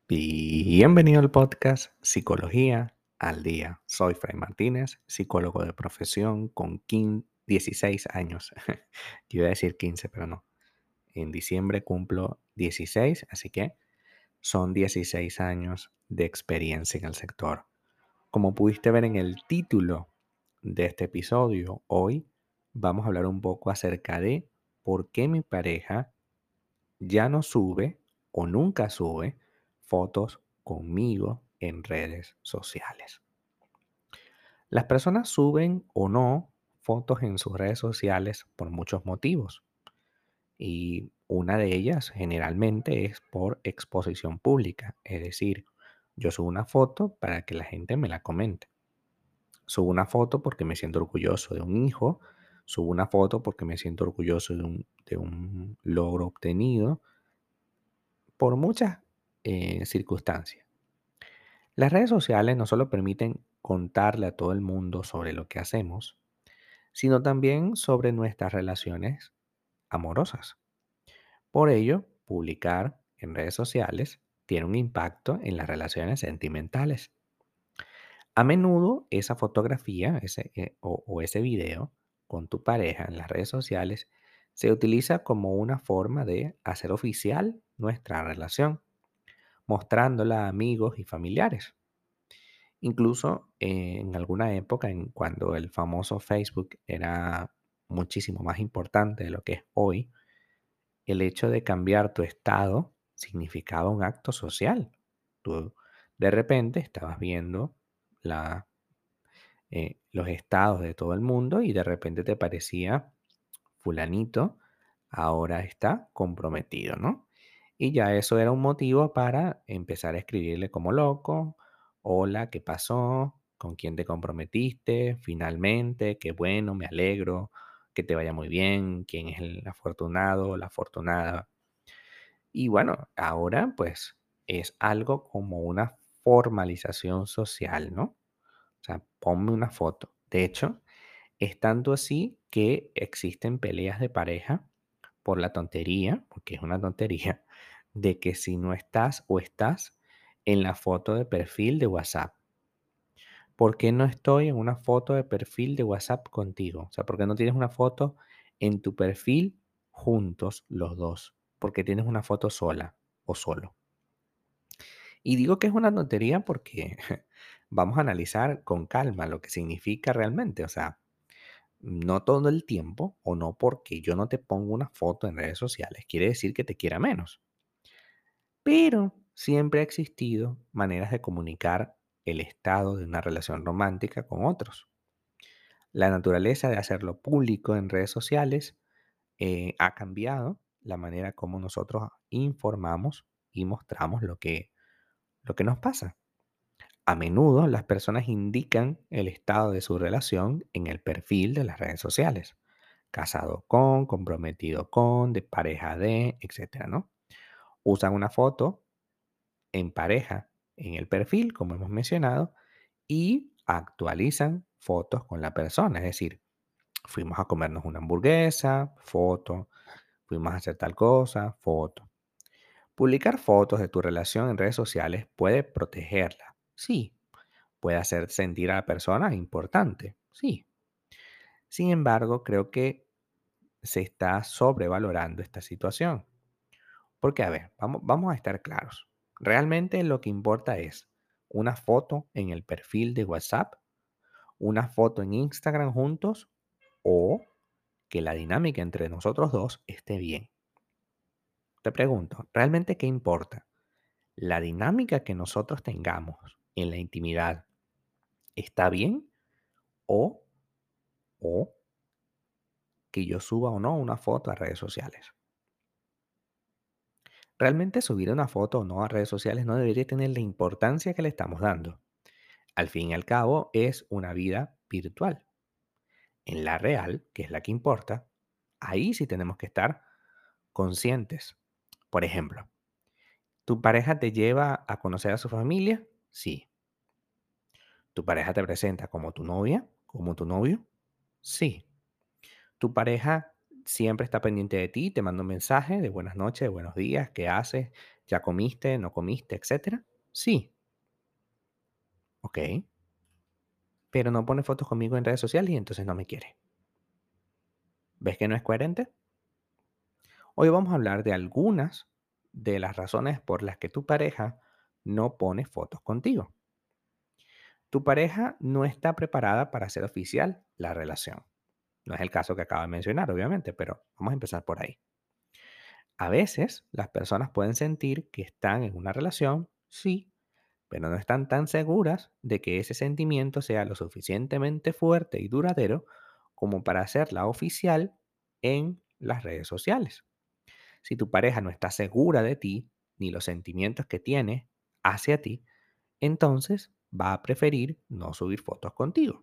Bienvenido al podcast Psicología al Día. Soy Fray Martínez, psicólogo de profesión con 16 años. Yo iba a decir 15, pero no. En diciembre cumplo 16, así que son 16 años de experiencia en el sector. Como pudiste ver en el título de este episodio, hoy vamos a hablar un poco acerca de por qué mi pareja ya no sube o nunca sube fotos conmigo en redes sociales. Las personas suben o no fotos en sus redes sociales por muchos motivos y una de ellas generalmente es por exposición pública, es decir, yo subo una foto para que la gente me la comente. Subo una foto porque me siento orgulloso de un hijo, subo una foto porque me siento orgulloso de un logro obtenido por muchas circunstancias. Las redes sociales no solo permiten contarle a todo el mundo sobre lo que hacemos, sino también sobre nuestras relaciones amorosas. Por ello, publicar en redes sociales tiene un impacto en las relaciones sentimentales. A menudo esa fotografía o ese video con tu pareja en las redes sociales se utiliza como una forma de hacer oficial nuestra relación, mostrándola a amigos y familiares. Incluso en alguna época, cuando el famoso Facebook era muchísimo más importante de lo que es hoy, el hecho de cambiar tu estado significaba un acto social. Tú de repente estabas viendo la, los estados de todo el mundo y de repente te parecía fulanito ahora está comprometido, ¿no? Y ya eso era un motivo para empezar a escribirle como loco: hola, ¿qué pasó? ¿Con quién te comprometiste? Finalmente, qué bueno, me alegro, que te vaya muy bien, quién es el afortunado o la afortunada. Y bueno, ahora pues es algo como una formalización social, ¿no? O sea, ponme una foto. De hecho, es tanto así que existen peleas de pareja por la tontería, porque es una tontería, de que si no estás o estás en la foto de perfil de WhatsApp. ¿Por qué no estoy en una foto de perfil de WhatsApp contigo? O sea, ¿por qué no tienes una foto en tu perfil juntos los dos? Porque tienes una foto sola o solo. Y digo que es una tontería porque vamos a analizar con calma lo que significa realmente. O sea, no todo el tiempo o no porque yo no te pongo una foto en redes sociales quiere decir que te quiera menos. Pero siempre ha existido maneras de comunicar el estado de una relación romántica con otros. La naturaleza de hacerlo público en redes sociales ha cambiado la manera como nosotros informamos y mostramos lo que nos pasa. A menudo las personas indican el estado de su relación en el perfil de las redes sociales. Casado con, comprometido con, de pareja de, etcétera, ¿no? Usan una foto en pareja en el perfil, como hemos mencionado, y actualizan fotos con la persona. Es decir, fuimos a comernos una hamburguesa, foto, fuimos a hacer tal cosa, foto. Publicar fotos de tu relación en redes sociales puede protegerla. Sí. Puede hacer sentir a la persona importante. Sí. Sin embargo, creo que se está sobrevalorando esta situación. Porque, a ver, vamos a estar claros. Realmente lo que importa es una foto en el perfil de WhatsApp, una foto en Instagram juntos o que la dinámica entre nosotros dos esté bien. Te pregunto, ¿realmente qué importa? ¿La dinámica que nosotros tengamos en la intimidad está bien o, o que yo suba o no una foto a redes sociales? Realmente subir una foto o no a redes sociales no debería tener la importancia que le estamos dando. Al fin y al cabo, es una vida virtual. En la real, que es la que importa, ahí sí tenemos que estar conscientes. Por ejemplo, ¿tu pareja te lleva a conocer a su familia? Sí. ¿Tu pareja te presenta como tu novia, como tu novio? Sí. ¿Tu pareja siempre está pendiente de ti, te manda un mensaje de buenas noches, de buenos días, ¿qué haces? ¿Ya comiste? ¿No comiste? Etcétera. Sí, ok, pero no pone fotos conmigo en redes sociales y entonces no me quiere. ¿Ves que no es coherente? Hoy vamos a hablar de algunas de las razones por las que tu pareja no pone fotos contigo. Tu pareja no está preparada para hacer oficial la relación. No es el caso que acabo de mencionar, obviamente, pero vamos a empezar por ahí. A veces las personas pueden sentir que están en una relación, sí, pero no están tan seguras de que ese sentimiento sea lo suficientemente fuerte y duradero como para hacerla oficial en las redes sociales. Si tu pareja no está segura de ti ni los sentimientos que tiene hacia ti, entonces va a preferir no subir fotos contigo.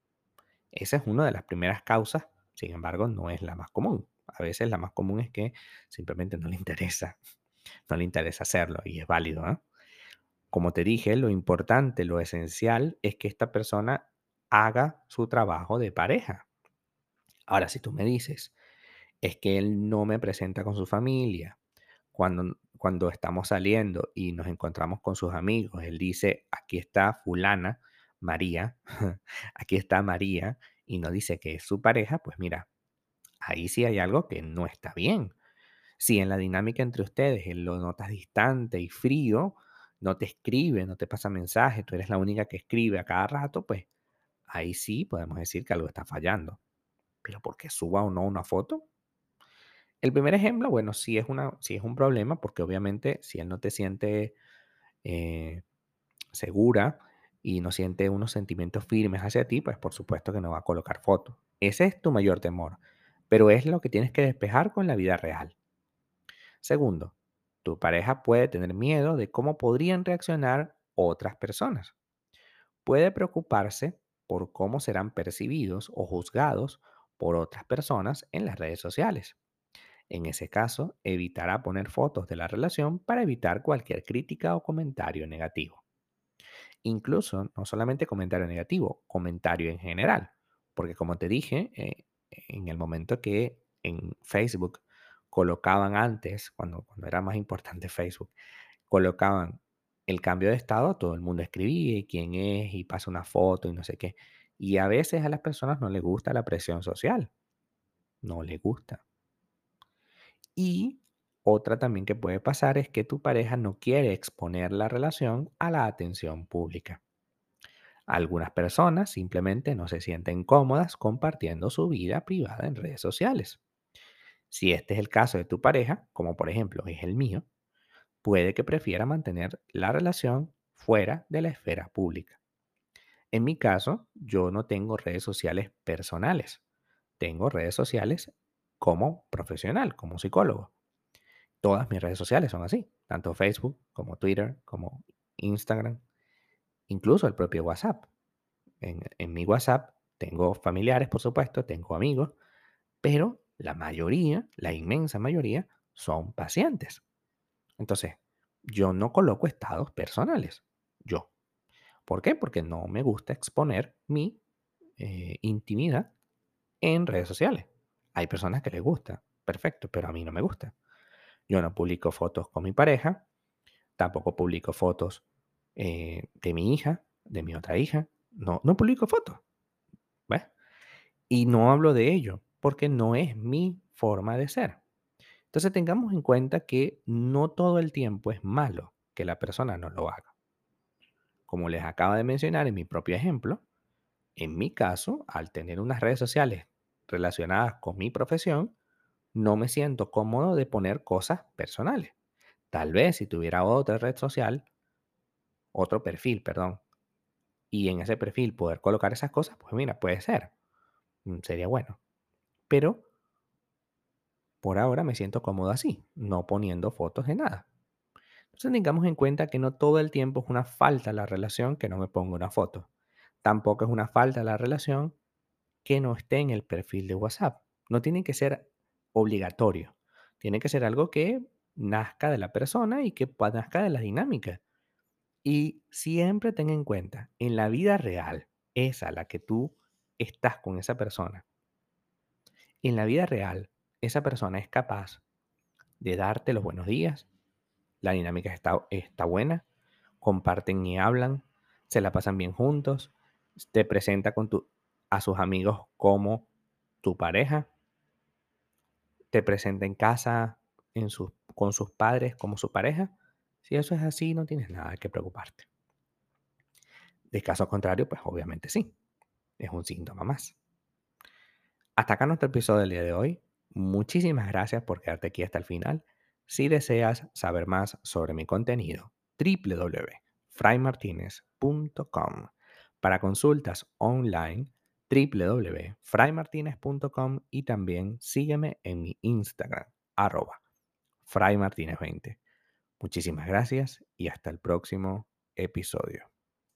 Esa es una de las primeras causas, sin embargo, no es la más común. A veces la más común es que simplemente no le interesa, no le interesa hacerlo y es válido, ¿eh? Como te dije, lo importante, lo esencial es que esta persona haga su trabajo de pareja. Ahora, si tú me dices, es que él no me presenta con su familia, cuando estamos saliendo y nos encontramos con sus amigos, él dice, aquí está fulana, María, aquí está María, y no dice que es su pareja, pues mira, ahí sí hay algo que no está bien. Si en la dinámica entre ustedes él lo notas distante y frío, no te escribe, no te pasa mensaje, tú eres la única que escribe a cada rato, pues ahí sí podemos decir que algo está fallando. Pero porque suba o no una foto. El primer ejemplo, bueno, sí es un problema, porque obviamente si él no te siente eh, segura y no siente unos sentimientos firmes hacia ti, pues por supuesto que no va a colocar fotos. Ese es tu mayor temor, pero es lo que tienes que despejar con la vida real. Segundo, tu pareja puede tener miedo de cómo podrían reaccionar otras personas. Puede preocuparse por cómo serán percibidos o juzgados por otras personas en las redes sociales. En ese caso, evitará poner fotos de la relación para evitar cualquier crítica o comentario negativo. Incluso, no solamente comentario negativo, comentario en general. Porque como te dije, en el momento que en Facebook colocaban antes, cuando era más importante Facebook, colocaban el cambio de estado, todo el mundo escribía y quién es y pasa una foto y no sé qué. Y a veces a las personas no les gusta la presión social, no les gusta. Y otra también que puede pasar es que tu pareja no quiere exponer la relación a la atención pública. Algunas personas simplemente no se sienten cómodas compartiendo su vida privada en redes sociales. Si este es el caso de tu pareja, como por ejemplo es el mío, puede que prefiera mantener la relación fuera de la esfera pública. En mi caso, yo no tengo redes sociales personales. Tengo redes sociales como profesional, como psicólogo. Todas mis redes sociales son así, tanto Facebook como Twitter, como Instagram, incluso el propio WhatsApp. En mi WhatsApp tengo familiares, por supuesto, tengo amigos, pero la mayoría, la inmensa mayoría, son pacientes. Entonces, yo no coloco estados personales. Yo. ¿Por qué? Porque no me gusta exponer mi intimidad en redes sociales. Hay personas que les gusta, perfecto, pero a mí no me gusta. Yo no publico fotos con mi pareja, tampoco publico fotos de mi hija, de mi otra hija. No, no publico fotos. ¿Ves? Y no hablo de ello porque no es mi forma de ser. Entonces tengamos en cuenta que no todo el tiempo es malo que la persona no lo haga. Como les acabo de mencionar en mi propio ejemplo, en mi caso, al tener unas redes sociales relacionadas con mi profesión, no me siento cómodo de poner cosas personales. Tal vez si tuviera otra red social, otro perfil, perdón, y en ese perfil poder colocar esas cosas, pues mira, puede ser, sería bueno. Pero por ahora me siento cómodo así, no poniendo fotos de nada. Entonces tengamos en cuenta que no todo el tiempo es una falta la relación que no me ponga una foto. Tampoco es una falta la relación que no esté en el perfil de WhatsApp. No tiene que ser obligatorio. Tiene que ser algo que nazca de la persona y que nazca de la dinámica. Y siempre ten en cuenta, en la vida real, esa, la que tú estás con esa persona, en la vida real, esa persona es capaz de darte los buenos días, la dinámica está buena, comparten y hablan, se la pasan bien juntos, te presenta a sus amigos como tu pareja, te presenta en casa con sus padres como su pareja. Si eso es así, no tienes nada que preocuparte. De caso contrario, pues obviamente sí, es un síntoma más. Hasta acá nuestro episodio del día de hoy. Muchísimas gracias por quedarte aquí hasta el final. Si deseas saber más sobre mi contenido, www.fraymartinez.com. Para consultas online, www.fraymartinez.com y también sígueme en mi Instagram, @fraymartinez20. Muchísimas gracias y hasta el próximo episodio.